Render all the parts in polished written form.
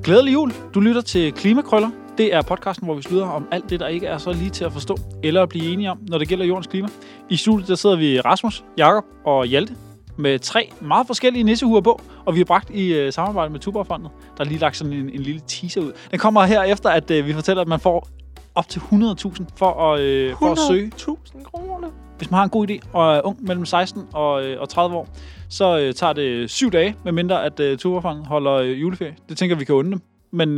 Glædelig jul. Du lytter til Klimakrøller. Det er podcasten, hvor vi slutter om alt det, der ikke er så lige til at forstå eller at blive enige om, når det gælder jordens klima. I studiet der sidder vi Rasmus, Jakob og Hjalte med 3 meget forskellige nissehuer på, og vi har bragt i samarbejde med Tuborgfondet, der har lige lagt sådan en lille teaser ud. Den kommer her efter, at vi fortæller, at man får op til 100.000 for at søge. 100.000 kroner? Hvis man har en god idé og er ung mellem 16 og 30 år, så tager det 7 dage, medmindre at Tuborgfondet holder juleferie. Det tænker vi kan unde dem.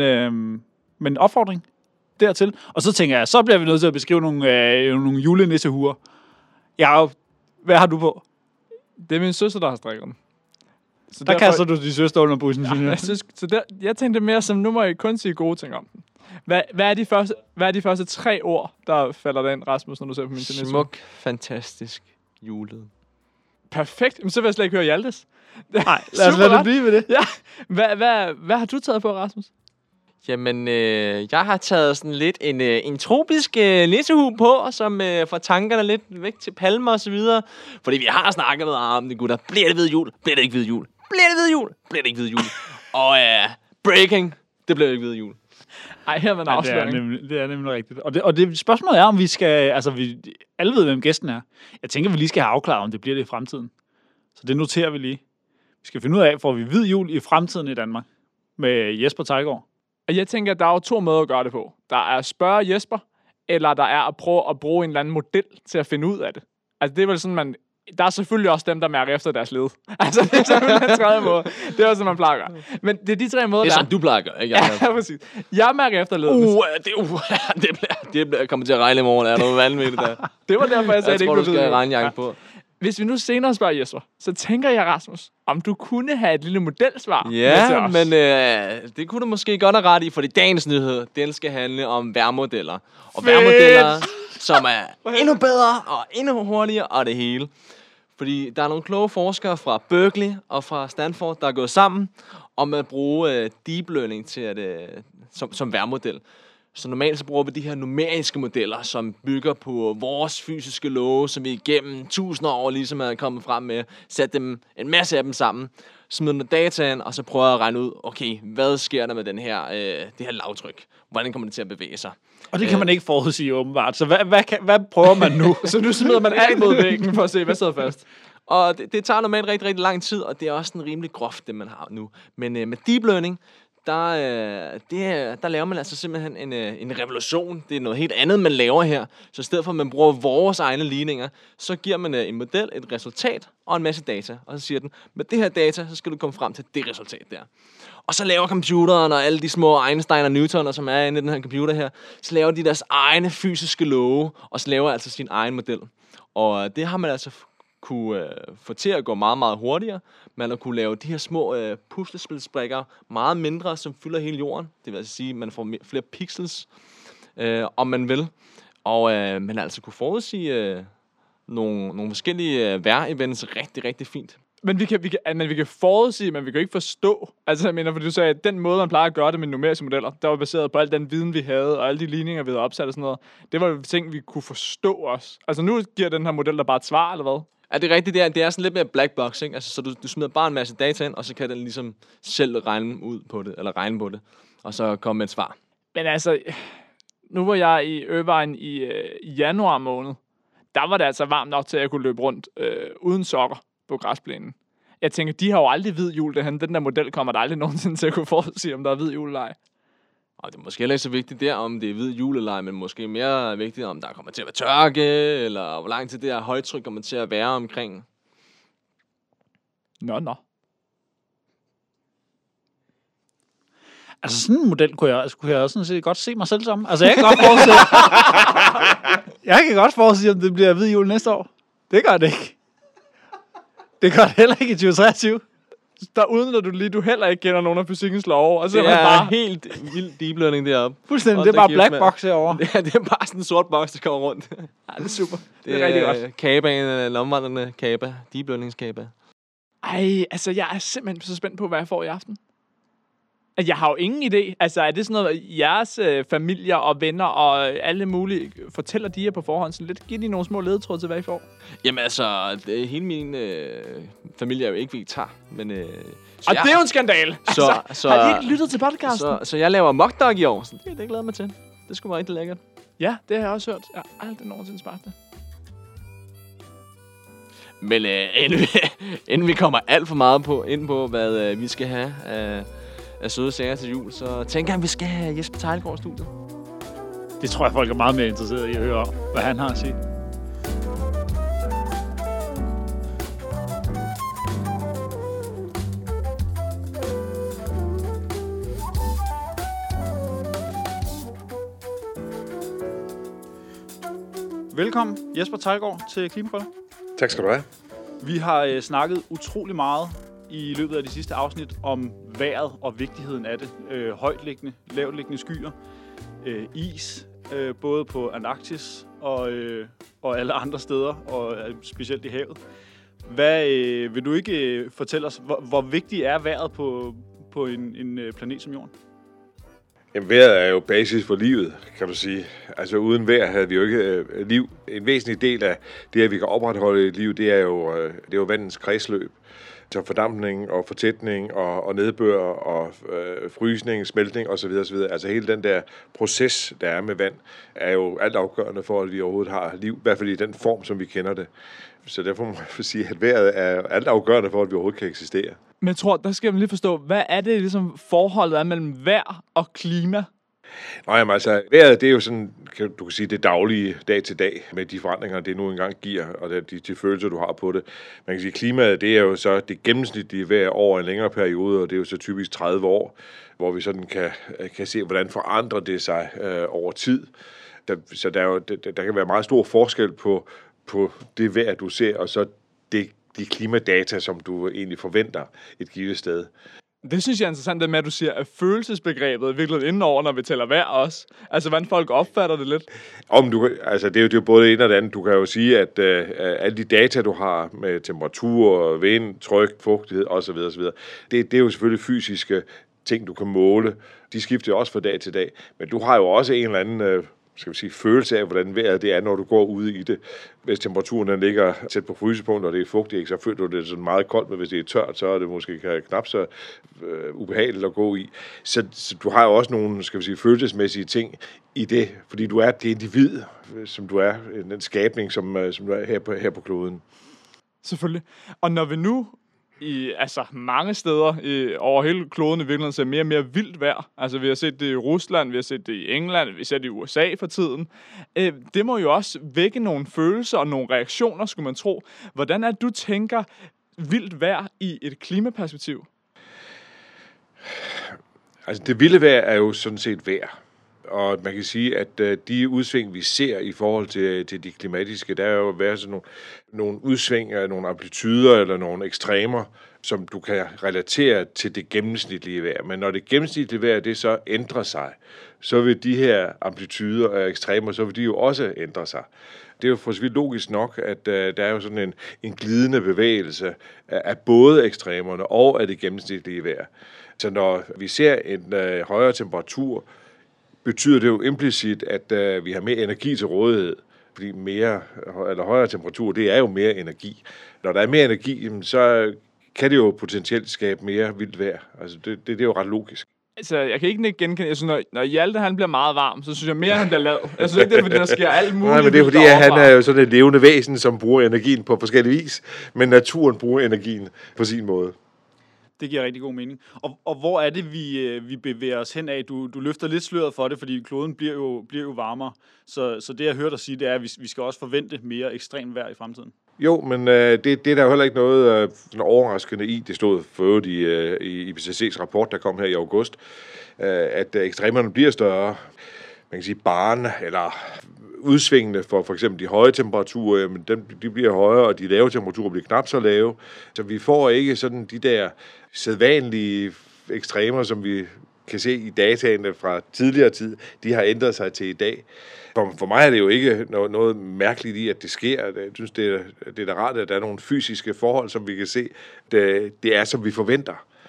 Men opfordring dertil. Og så tænker jeg, så bliver vi nødt til at beskrive nogle julenissehuer. Ja, hvad har du på? Det er min søster, der har strikket dem. Så der kaster du de søster under bussen. Ja, jeg tænkte mere som, nu må I kun sige gode ting om den. Hvad er de første 3 ord, der falder der ind, Rasmus, når du ser på min nissehuer? Smuk, fantastisk, julet. Perfekt. Men så vil jeg slet ikke høre Hjaltes. Nej, lad os lade det blive ved det. Ja. Hvad har du taget på, Rasmus? Jamen, jeg har taget sådan lidt en tropisk nissehue på, som får tankerne lidt væk til palmer og så videre. Fordi vi har snakket med om det, gutter. Bliver det hvid jul? Bliver det ikke hvid jul? Bliver det hvid jul? Bliver det ikke hvid jul? Og breaking, det bliver ikke hvid jul. Ej, her var en afsløring. Det er nemlig rigtigt. Og det spørgsmålet er, om vi skal... Altså, alle ved, hvem gæsten er. Jeg tænker, vi lige skal have afklaret, om det bliver det i fremtiden. Så det noterer vi lige. Vi skal finde ud af, får vi hvid jul i fremtiden i Danmark? Med Jesper Teiggaard. Og jeg tænker, at der er jo 2 måder at gøre det på. Der er at spørge Jesper, eller der er at prøve at bruge en eller anden model til at finde ud af det. Altså, det er vel sådan, der er selvfølgelig også dem, der mærker efter deres led. Altså, det er selvfølgelig den 3. måde. Det er også, som man plejer at gøre. Men det er de 3 måder, det er sådan, du plejer at gøre, ikke? Ja, præcis. Jeg mærker efter ledet. Det bliver kommer til at regne i morgen. Er noget vanvittigt der. Det var derfor, jeg sagde, jeg tror, du skal regnjakke på. Hvis vi nu senere spørger Jesper, så tænker jeg, Rasmus, om du kunne have et lille modelsvar ja, med til os. Men det kunne du måske godt have ret i, fordi dagens nyhed, den skal handle om vejrmodeller. Og vejrmodeller, som er endnu bedre og endnu hurtigere og det hele. Fordi der er nogle kloge forskere fra Berkeley og fra Stanford, der er gået sammen om at bruge deep learning til som vejrmodel. Så normalt så bruger vi de her numeriske modeller, som bygger på vores fysiske love, som vi igennem 1000 år ligesom er kommet frem med. Sæt dem, en masse af dem sammen, smider noget data ind, og så prøver at regne ud, okay, hvad sker der med det her lavtryk? Hvordan kommer det til at bevæge sig? Og det kan man ikke forudsige åbenbart. Så hvad prøver man nu? Så nu smider man alt mod væggen for at se, hvad sidder fast. Og det tager normalt rigtig, rigtig lang tid, og det er også en rimelig groft, det man har nu. Men med deep learning, der laver man altså simpelthen en revolution. Det er noget helt andet, man laver her. Så i stedet for, at man bruger vores egne ligninger, så giver man en model, et resultat og en masse data. Og så siger den, med det her data, så skal du komme frem til det resultat der. Og så laver computeren og alle de små Einstein og Newton, som er inde i den her computer her, så laver de deres egne fysiske love, og så laver altså sin egen model. Og det har man altså kunne få til at gå meget, meget hurtigere. Man har kunne lave de her små puslespilsbrikker meget mindre, som fylder hele jorden. Det vil altså sige, at man får flere pixels, om man vil. Og man altså kunne forudsige nogle forskellige vejrevents rigtig, rigtig fint. Men vi kan forudsige, men vi kan ikke forstå. Altså, jeg mener, fordi du sagde, at den måde, man plejer at gøre det med numeriske modeller, der var baseret på al den viden, vi havde, og alle de ligninger, vi havde opsat og sådan noget. Det var jo ting, vi kunne forstå også. Altså, nu giver den her model der bare et svar, eller hvad? Ja, det er rigtigt. Det er sådan lidt mere black box, ikke? Altså, så du smider bare en masse data ind, og så kan den ligesom selv regne på det, og så komme med et svar. Men altså, nu var jeg i Irvine i januar måned. Der var det altså varmt nok til, at jeg kunne løbe rundt uden sokker på græsplænen. Jeg tænker, de har jo aldrig hvid jul derhen. Den der model kommer der aldrig nogensinde til at kunne forudsige, om der er hvid jul eller ej. Og det er måske heller ikke så vigtigt der, om det er hvid jul eller ej, men måske mere vigtigt, om der kommer til at være tørke, eller hvor lang tid det her højtryk kommer til at være omkring. Nå. Altså sådan en model kunne jeg også sådan set godt se mig selv som. Altså jeg kan godt forudsige, om det bliver hvid jul næste år. Det gør det ikke. Det gør det heller ikke i 2023. Der udnytter du heller ikke kender nogen af fysikkens love. Og så det er bare helt vild deep learning deroppe. Fuldstændig, det er bare black box herovre. Det er bare sådan en sort box, der kommer rundt. Ja, det er super. Det er rigtig godt. Kabaen, lomvandrende kaba. Deep learnings kaba. Ej, altså jeg er simpelthen så spændt på, hvad jeg får i aften. Jeg har jo ingen idé. Altså, er det sådan noget, jeres familier og venner og alle mulige, fortæller de jer på forhånd sådan lidt? Giver de nogle små ledetråd til, hvad I får? Jamen altså, hele min familie er jo ikke vegetar, men... Og det er jo en skandale! Så har de ikke lyttet til podcasten? Så jeg laver mockdog i år, så det glæder jeg mig til. Det skulle være rigtig lækkert. Ja, det har jeg også hørt. Jeg har aldrig nogensinde smagt det. Men inden vi kommer alt for meget ind på, hvad vi skal have af søde sager til jul, så tænker jeg, at vi skal have Jesper Theilgaard i studiet. Det tror jeg, folk er meget mere interesserede i at høre om, hvad han har at sige. Velkommen, Jesper Theilgaard, til Klimakrøller. Tak skal du have. Vi har snakket utrolig meget i løbet af de sidste afsnit om vejret og vigtigheden af det. Højtliggende, lavtliggende skyer, is, både på Antarktis og alle andre steder, og specielt i havet. Vil du ikke fortælle os, hvor vigtig er vejret på en planet som Jorden? Jamen, vejret er jo basis for livet, kan du sige. Altså, uden vejr havde vi jo ikke liv. En væsentlig del af det, at vi kan opretholde et liv, det er jo vandets kredsløb. Så fordampning og fortætning og nedbør og frysning, smeltning osv. osv. Altså hele den der proces, der er med vand, er jo altafgørende for, at vi overhovedet har liv. I hvert fald i den form, som vi kender det. Så derfor må man sige, at vejret er altafgørende for, at vi overhovedet kan eksistere. Men jeg tror, der skal man lige forstå, hvad er det ligesom forholdet er mellem vejr og klima? Nå, jamen altså, vejret, det er jo sådan, du kan sige, det daglige dag til dag med de forandringer, det nu engang giver, og de følelser, du har på det. Man kan sige, klimaet, det er jo så det gennemsnitlige vejr over en længere periode, og det er jo så typisk 30 år, hvor vi sådan kan se, hvordan forandrer det sig over tid. Så der kan være meget stor forskel på det vejr, du ser, og så de klimadata, som du egentlig forventer et givet sted. Det synes jeg er interessant, det med, at du siger, at følelsesbegrebet er virkelig indenover, når vi tæller vejr også. Altså, hvordan folk opfatter det lidt. Det er jo både det ene og det andet. Du kan jo sige, at alle de data, du har med temperatur, vind, tryk, fugtighed osv., det er jo selvfølgelig fysiske ting, du kan måle. De skifter jo også fra dag til dag. Men du har jo også en eller anden følelse af, hvordan vejret det er, når du går ude i det. Hvis temperaturen den ligger tæt på frysepunkt, og det er fugtigt, så føler du det sådan meget koldt, men hvis det er tørt, så er det måske knap så ubehageligt at gå i. Så du har jo også nogle, følelsesmæssige ting i det, fordi du er det individ, som du er, den skabning, som du er her på kloden. Selvfølgelig. Og når vi nu mange steder over hele kloden i virkeligheden ser mere og mere vildt vejr. Altså, vi har set det i Rusland, vi har set det i England, vi har set det i USA for tiden. Det må jo også vække nogle følelser og nogle reaktioner, skulle man tro. Hvordan er det, du tænker vildt vejr i et klimaperspektiv? Altså, det vilde vejr er jo sådan set vejr. Og man kan sige, at de udsving, vi ser i forhold til de klimatiske, der er jo været sådan nogle udsving, nogle amplituder eller nogle ekstremer, som du kan relatere til det gennemsnitlige vejr. Men når det gennemsnitlige vejr, det så ændrer sig, så vil de her amplituder og ekstremer, så vil de jo også ændre sig. Det er jo for så vidt logisk nok, at der er jo sådan en glidende bevægelse af både ekstremerne og af det gennemsnitlige vejr. Så når vi ser en højere temperatur, betyder det jo implicit, at vi har mere energi til rådighed, fordi højere temperatur, det er jo mere energi. Når der er mere energi, så kan det jo potentielt skabe mere vildt vejr. Altså, det er jo ret logisk. Altså, jeg kan ikke genkende. Jeg synes, når Hjalte han bliver meget varm, så synes jeg mere, han bliver lad. Jeg synes ikke, det er, fordi der sker alt muligt. Nej, men det er, fordi han er jo sådan et levende væsen, som bruger energien på forskellige vis, men naturen bruger energien på sin måde. Det giver rigtig god mening. Og hvor er det, vi bevæger os hen af? Du løfter lidt sløret for det, fordi kloden bliver jo varmere. Så det, jeg hørte dig sige, det er, at vi skal også forvente mere ekstremt vejr i fremtiden. Jo, men det er der jo heller ikke noget overraskende i. Det stod for i IPCC's rapport, der kom her i august, at ekstremerne bliver større. Man kan sige, barn eller udsvingende for eksempel de høje temperaturer, jamen de bliver højere, og de lave temperaturer bliver knap så lave. Så vi får ikke sådan de der sædvanlige ekstremer, som vi kan se i dataene fra tidligere tid, de har ændret sig til i dag. For mig er det jo ikke noget mærkeligt i, at det sker. Jeg synes, det er da rart, at der er nogle fysiske forhold, som vi kan se. Det er, som vi forventer.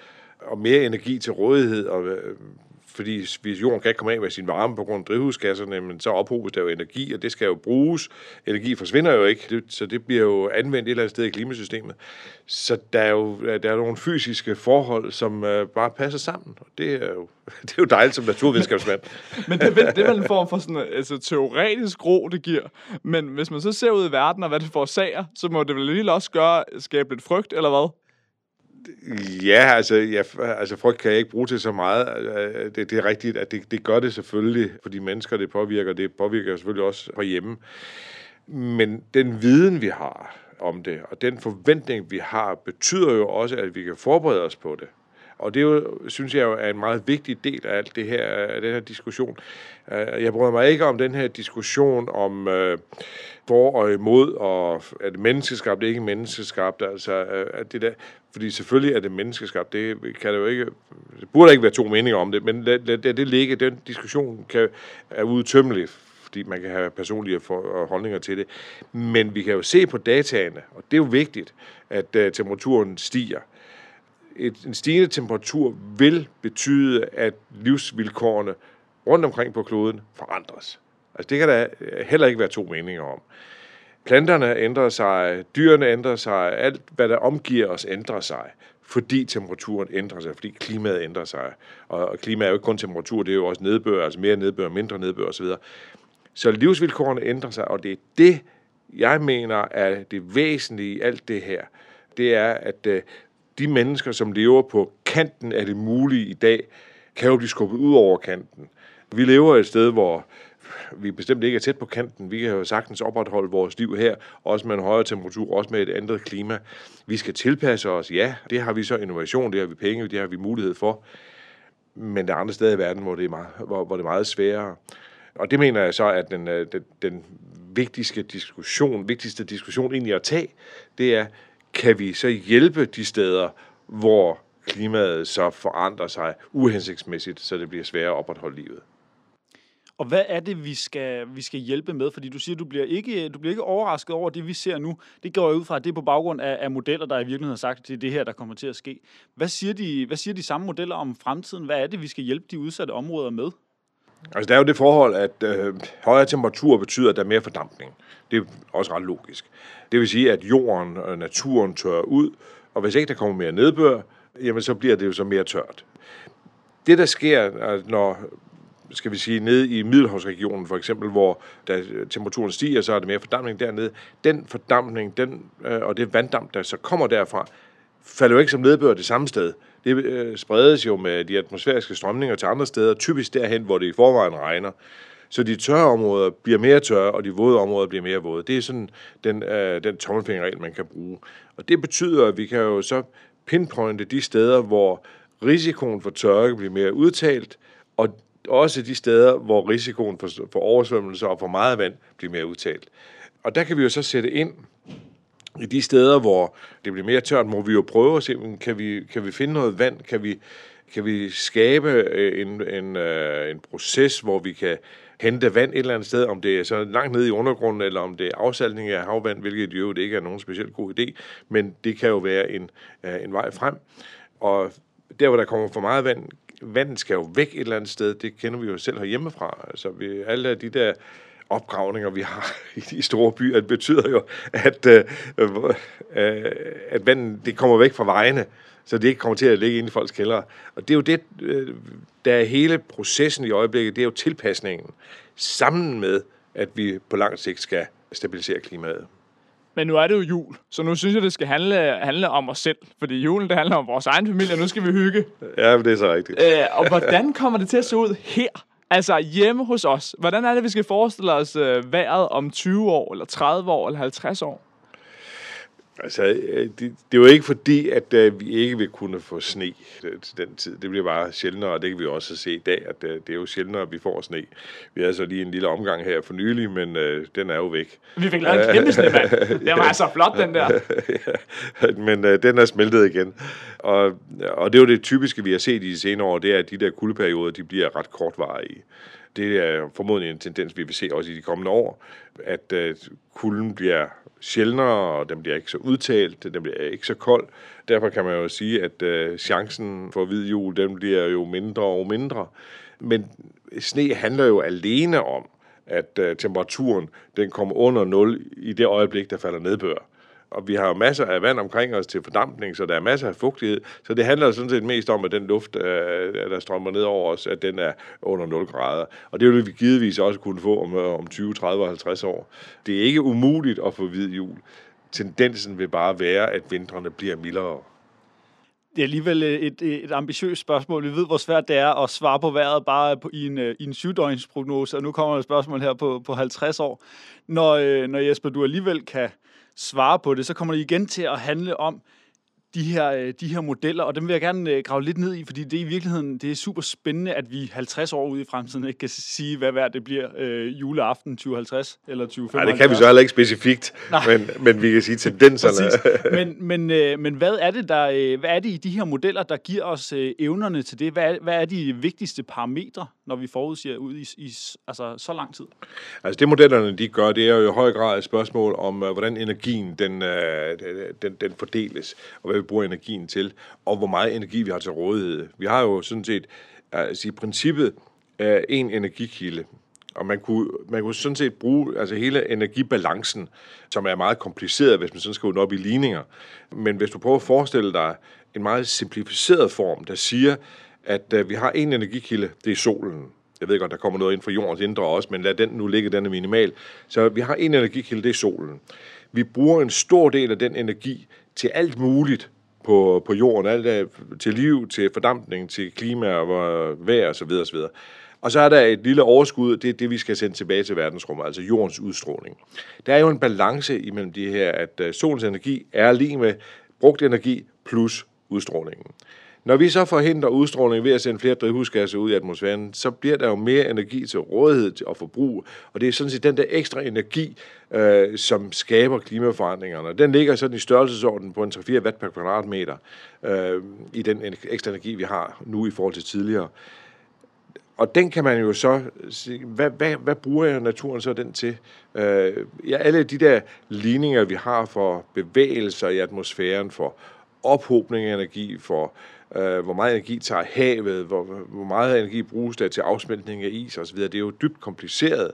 og mere energi til rådighed, og fordi hvis jorden kan ikke komme af med sin varme på grund af drivhusgasserne, men så ophobes der jo energi, og det skal jo bruges. Energi forsvinder jo ikke, så det bliver jo anvendt et eller andet sted i klimasystemet. Så der er nogle fysiske forhold, som bare passer sammen. Og det er jo dejligt som naturvidenskabsmand. Men det er vel en form for sådan altså, teoretisk ro, det giver. Men hvis man så ser ud i verden, og hvad det forårsager, så må det vel lige også skabe lidt frygt, eller hvad? Ja, altså frygt kan jeg ikke bruge til så meget. Det er rigtigt, at det gør det selvfølgelig for de mennesker, det påvirker selvfølgelig også herhjemme. Men den viden, vi har om det, og den forventning, vi har, betyder jo også, at vi kan forberede os på det. Og det jo, synes jeg jo er en meget vigtig del af alt det her, af den her diskussion. Jeg bryder mig ikke om den her diskussion om for og imod, og er det menneskeskabt, det er ikke menneskeskabt, altså at det der, fordi selvfølgelig er det menneskeskabt, det kan det jo ikke, det burde ikke være to meninger om det, men lad det ligge, den diskussion er udtømmelig, fordi man kan have personlige holdninger til det, men vi kan jo se på dataene, og det er jo vigtigt, at temperaturen stiger. En stigende temperatur vil betyde, at livsvilkårene rundt omkring på kloden forandres. Altså det kan der heller ikke være to meninger om. Planterne ændrer sig, dyrene ændrer sig, alt hvad der omgiver os ændrer sig, fordi temperaturen ændrer sig, fordi klimaet ændrer sig. Og klima er jo ikke kun temperatur, det er jo også nedbør, altså mere nedbør, mindre nedbør osv. Så livsvilkårene ændrer sig, og det er det, jeg mener, er det væsentlige i alt det her. Det er, at de mennesker, som lever på kanten af det mulige i dag, kan jo blive skubbet ud over kanten. Vi lever et sted, hvor vi bestemt ikke er tæt på kanten. Vi kan jo sagtens opretholde vores liv her, også med en højere temperatur, også med et andet klima. Vi skal tilpasse os, ja, det har vi så innovation, det har vi penge, det har vi mulighed for. Men der er andre steder i verden, hvor det er meget sværere. Og det mener jeg så, at den vigtigste diskussion egentlig at tage, det er, kan vi så hjælpe de steder, hvor klimaet så forandrer sig uhensigtsmæssigt, så det bliver sværere at opretholde livet. Og hvad er det, vi skal hjælpe med? Fordi du siger, du bliver ikke overrasket over det, vi ser nu. Det går jo ud fra, at det er på baggrund af modeller, der i virkeligheden har sagt, at det er det her, der kommer til at ske. Hvad siger de samme modeller om fremtiden? Hvad er det, vi skal hjælpe de udsatte områder med? Altså, der er jo det forhold, at højere temperatur betyder, at der er mere fordampning. Det er også ret logisk. Det vil sige, at jorden og naturen tørrer ud, og hvis ikke der kommer mere nedbør, jamen så bliver det jo så mere tørt. Det, der sker, når skal vi sige, nede i Middelhavsregionen for eksempel, hvor temperaturen stiger, så er der mere fordampning dernede. Den fordampning, og det vanddamp, der så kommer derfra, falder jo ikke som nedbør det samme sted. Det spredes jo med de atmosfæriske strømninger til andre steder, typisk derhen, hvor det i forvejen regner. Så de tørre områder bliver mere tørre, og de våde områder bliver mere våde. Det er sådan den tommelfingerregel, man kan bruge. Og det betyder, at vi kan jo så pinpointe de steder, hvor risikoen for tørke bliver mere udtalt, og også de steder, hvor risikoen for oversvømmelse og for meget vand bliver mere udtalt. Og der kan vi jo så sætte ind i de steder, hvor det bliver mere tørt, må vi jo prøve at se, kan vi finde noget vand, kan vi skabe en proces, hvor vi kan hente vand et eller andet sted, om det er så langt nede i undergrunden, eller om det er afsaltning af havvand, hvilket jo det ikke er nogen specielt god idé, men det kan jo være en vej frem. Og der, hvor der kommer for meget vand, vandet skal jo væk et eller andet sted, det kender vi jo selv herhjemmefra. Altså alle de der opgravninger, vi har i de store byer, det betyder jo, at vandet det kommer væk fra vejene, så det ikke kommer til at ligge inde i folks kældre. Og det er jo det, der er hele processen i øjeblikket, det er jo tilpasningen, sammen med, at vi på lang sigt skal stabilisere klimaet. Men nu er det jo jul, så nu synes jeg, det skal handle om os selv. Fordi julen, det handler om vores egen familie, og nu skal vi hygge. Ja, men det er så rigtigt. Og hvordan kommer det til at se ud her? Altså hjemme hos os. Hvordan er det, vi skal forestille os vejret om 20 år, eller 30 år, eller 50 år? Altså, det er jo ikke fordi, at vi ikke vil kunne få sne til den tid. Det bliver bare sjældnere, og det kan vi også se i dag, at det er jo sjældnere, at vi får sne. Vi havde så lige en lille omgang her for nylig, men den er jo væk. Vi fik lavet en kæmpe snemand. Det var altså flot, den der. Ja, men den er smeltet igen. Og det er jo det typiske, vi har set i de senere år, det er, at de der kuldeperioder, de bliver ret kortvarige. Det er formodentlig en tendens, vi vil se også i de kommende år, at kulden bliver sjældnere, og den bliver ikke så udtalt, den bliver ikke så kold. Derfor kan man jo sige, at chancen for hvid jul, den bliver jo mindre og mindre. Men sne handler jo alene om, at temperaturen den kommer under 0 i det øjeblik, der falder nedbør. Og vi har jo masser af vand omkring os til fordampning, så der er masser af fugtighed. Så det handler sådan set mest om, at den luft, der strømmer ned over os, at den er under 0 grader. Og det vil vi givetvis også kunne få om 20, 30 og 50 år. Det er ikke umuligt at få hvid jul. Tendensen vil bare være, at vintrene bliver mildere. Det er alligevel et ambitiøst spørgsmål. Vi ved, hvor svært det er at svare på vejret bare i en 7-døgnsprognose, og nu kommer der et spørgsmål her på 50 år. Når Jesper, du alligevel kan svare på det, så kommer det igen til at handle om de her modeller, og dem vil jeg gerne grave lidt ned i, fordi det i virkeligheden det er super spændende, at vi 50 år ude i fremtiden ikke kan sige, hvad vejr det bliver juleaften 2050 eller 2055. Nej, det kan vi så heller ikke specifikt, men vi kan sige tendenserne. men hvad er det i de her modeller, der giver os evnerne til det? Hvad er de vigtigste parametre, når vi forudsiger ud i altså så lang tid? Altså det modellerne de gør, det er jo i høj grad et spørgsmål om, hvordan energien den fordeles, og hvad vi bruger energien til, og hvor meget energi vi har til rådighed. Vi har jo sådan set, i princippet, en energikilde, og man kunne sådan set bruge hele energibalancen, som er meget kompliceret, hvis man sådan skal op i ligninger. Men hvis du prøver at forestille dig en meget simplificeret form, der siger, at vi har en energikilde, det er solen. Jeg ved godt, der kommer noget ind fra jordens indre også, men lad den nu ligge, den er minimal. Så vi har en energikilde, det er solen. Vi bruger en stor del af den energi til alt muligt på jorden, alt til liv, til fordampning, til klima og vejr osv. osv. Og så er der et lille overskud, det er det, vi skal sende tilbage til verdensrummet, altså jordens udstråling. Der er jo en balance imellem de her, at solens energi er lige med brugt energi plus udstrålingen. Når vi så forhindrer udstråling ved at sende flere drivhusgasser ud i atmosfæren, så bliver der jo mere energi til rådighed til at forbruge, og det er sådan set den der ekstra energi, som skaber klimaforandringerne. Den ligger sådan i størrelsesorden på en 3-4 watt per kvadratmeter i den ekstra energi, vi har nu i forhold til tidligere. Og den kan man jo så sige, hvad bruger naturen så den til? Alle de der ligninger, vi har for bevægelser i atmosfæren, for ophobning af energi, for hvor meget energi tager havet, hvor meget energi bruges der til afsmeltning af is osv. Det er jo dybt kompliceret,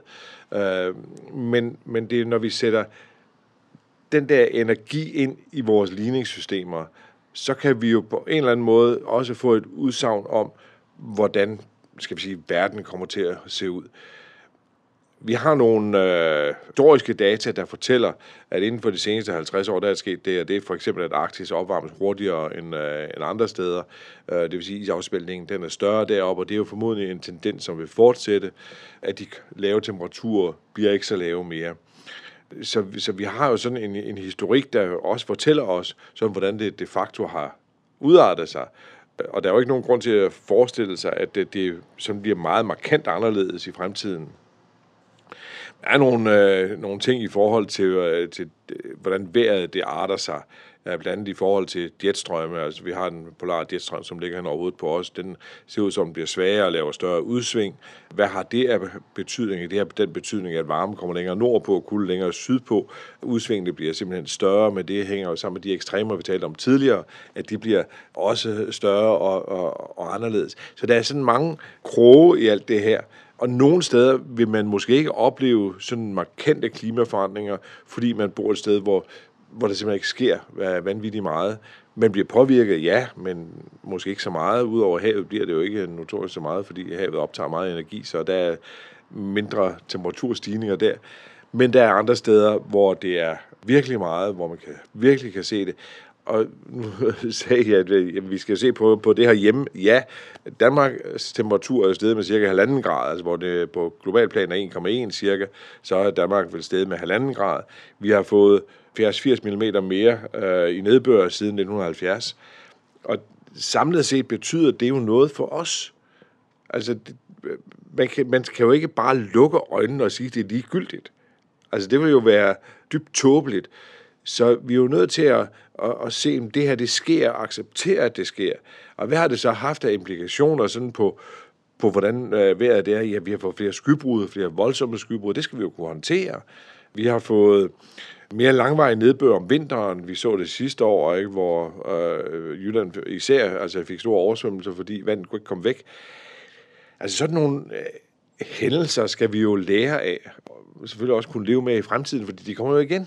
men det er, når vi sætter den der energi ind i vores ligningssystemer, så kan vi jo på en eller anden måde også få et udsagn om, hvordan verden kommer til at se ud. Vi har nogle historiske data, der fortæller, at inden for de seneste 50 år, der er sket det, og det er for eksempel, at Arktis opvarmes hurtigere end andre steder. Det vil sige, at isafsmeltningen den er større deroppe, og det er jo formodentlig en tendens, som vil fortsætte, at de lave temperaturer bliver ikke så lave mere. Så vi har jo sådan en historik, der også fortæller os, sådan, hvordan det de facto har udartet sig. Og der er jo ikke nogen grund til at forestille sig, at det sådan bliver meget markant anderledes i fremtiden. Der er nogle ting i forhold til hvordan vejret det arter sig. Blandt andet i forhold til jetstrømme. Altså, vi har den polare jetstrøm, som ligger hen over hovedet på os. Den ser ud som den bliver svagere og laver større udsving. Hvad har det af betydning? Det har den betydning, at varmen kommer længere nordpå og kulde længere sydpå. Udsvingene bliver simpelthen større, men det hænger jo sammen med de ekstremer, vi talte om tidligere, at de bliver også større og anderledes. Så der er sådan mange kroge i alt det her. Og nogle steder vil man måske ikke opleve sådan markante klimaforandringer, fordi man bor et sted, hvor der simpelthen ikke sker vanvittigt meget. Man bliver påvirket, ja, men måske ikke så meget. Udover havet bliver det jo ikke notorisk så meget, fordi havet optager meget energi, så der er mindre temperaturstigninger der. Men der er andre steder, hvor det er virkelig meget, hvor man virkelig kan se det. Og nu sagde jeg, at vi skal se på det her hjemme. Ja, Danmarks temperatur er steget med cirka 1,5 grad, altså hvor det på global plan er 1,1 cirka, så er Danmark vel steget med 1,5 grad. Vi har fået 80 mm mere i nedbør siden 1970. Og samlet set betyder det jo noget for os. Altså, man kan jo ikke bare lukke øjnene og sige, at det er ligegyldigt. Altså, det vil jo være dybt tåbeligt. Så vi er jo nødt til at se, om det her det sker, og acceptere, at det sker. Og hvad har det så haft af implikationer sådan på hvordan vejret det er? Ja, vi har fået flere skybrud, flere voldsomme skybrud. Det skal vi jo kunne håndtere. Vi har fået mere langvarig nedbør om vinteren. Vi så det sidste år, ikke, hvor Jylland især fik store oversvømmelser, fordi vandet kunne ikke komme væk. Altså sådan nogle hændelser skal vi jo lære af, og selvfølgelig også kunne leve med i fremtiden, fordi de kommer jo igen.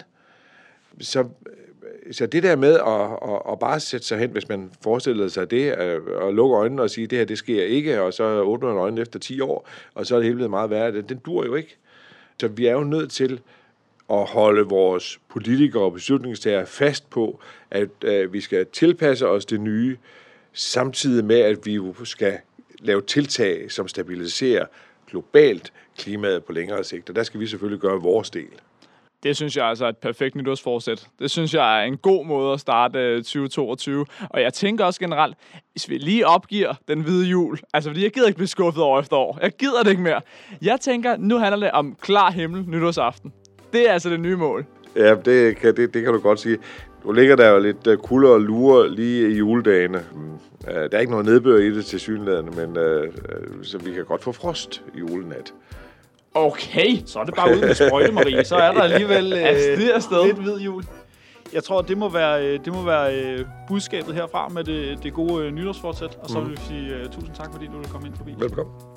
Så det der med at bare sætte sig hen, hvis man forestiller sig det, og lukke øjnene og sige, at det her, det sker ikke, og så åbner man øjnene efter 10 år, og så er det hele blevet meget værre. Den dur jo ikke. Så vi er jo nødt til at holde vores politikere og beslutningstager fast på, at vi skal tilpasse os det nye, samtidig med, at vi jo skal lave tiltag, som stabiliserer globalt klimaet på længere sigt. Og der skal vi selvfølgelig gøre vores del. Det synes jeg altså er et perfekt nytårsforsæt. Det synes jeg er en god måde at starte 2022. Og jeg tænker også generelt, hvis vi lige opgiver den hvide jul, altså fordi jeg gider ikke blive skuffet år efter år. Jeg gider det ikke mere. Jeg tænker, nu handler det om klar himmel nytårsaften. Det er altså det nye mål. Ja, det kan du godt sige. Nu ligger der jo lidt kulde og lure lige i juledagene. Der er ikke noget nedbør i det tilsyneladende, men så vi kan godt få frost i julenat. Okay. Så er det bare ud med sprøjte, Marie. Så er der alligevel lidt hvid jul. Jeg tror, det må være budskabet herfra med det gode nytårsfortsæt. Og så vil vi sige tusind tak, fordi du ville komme ind forbi. Velkommen.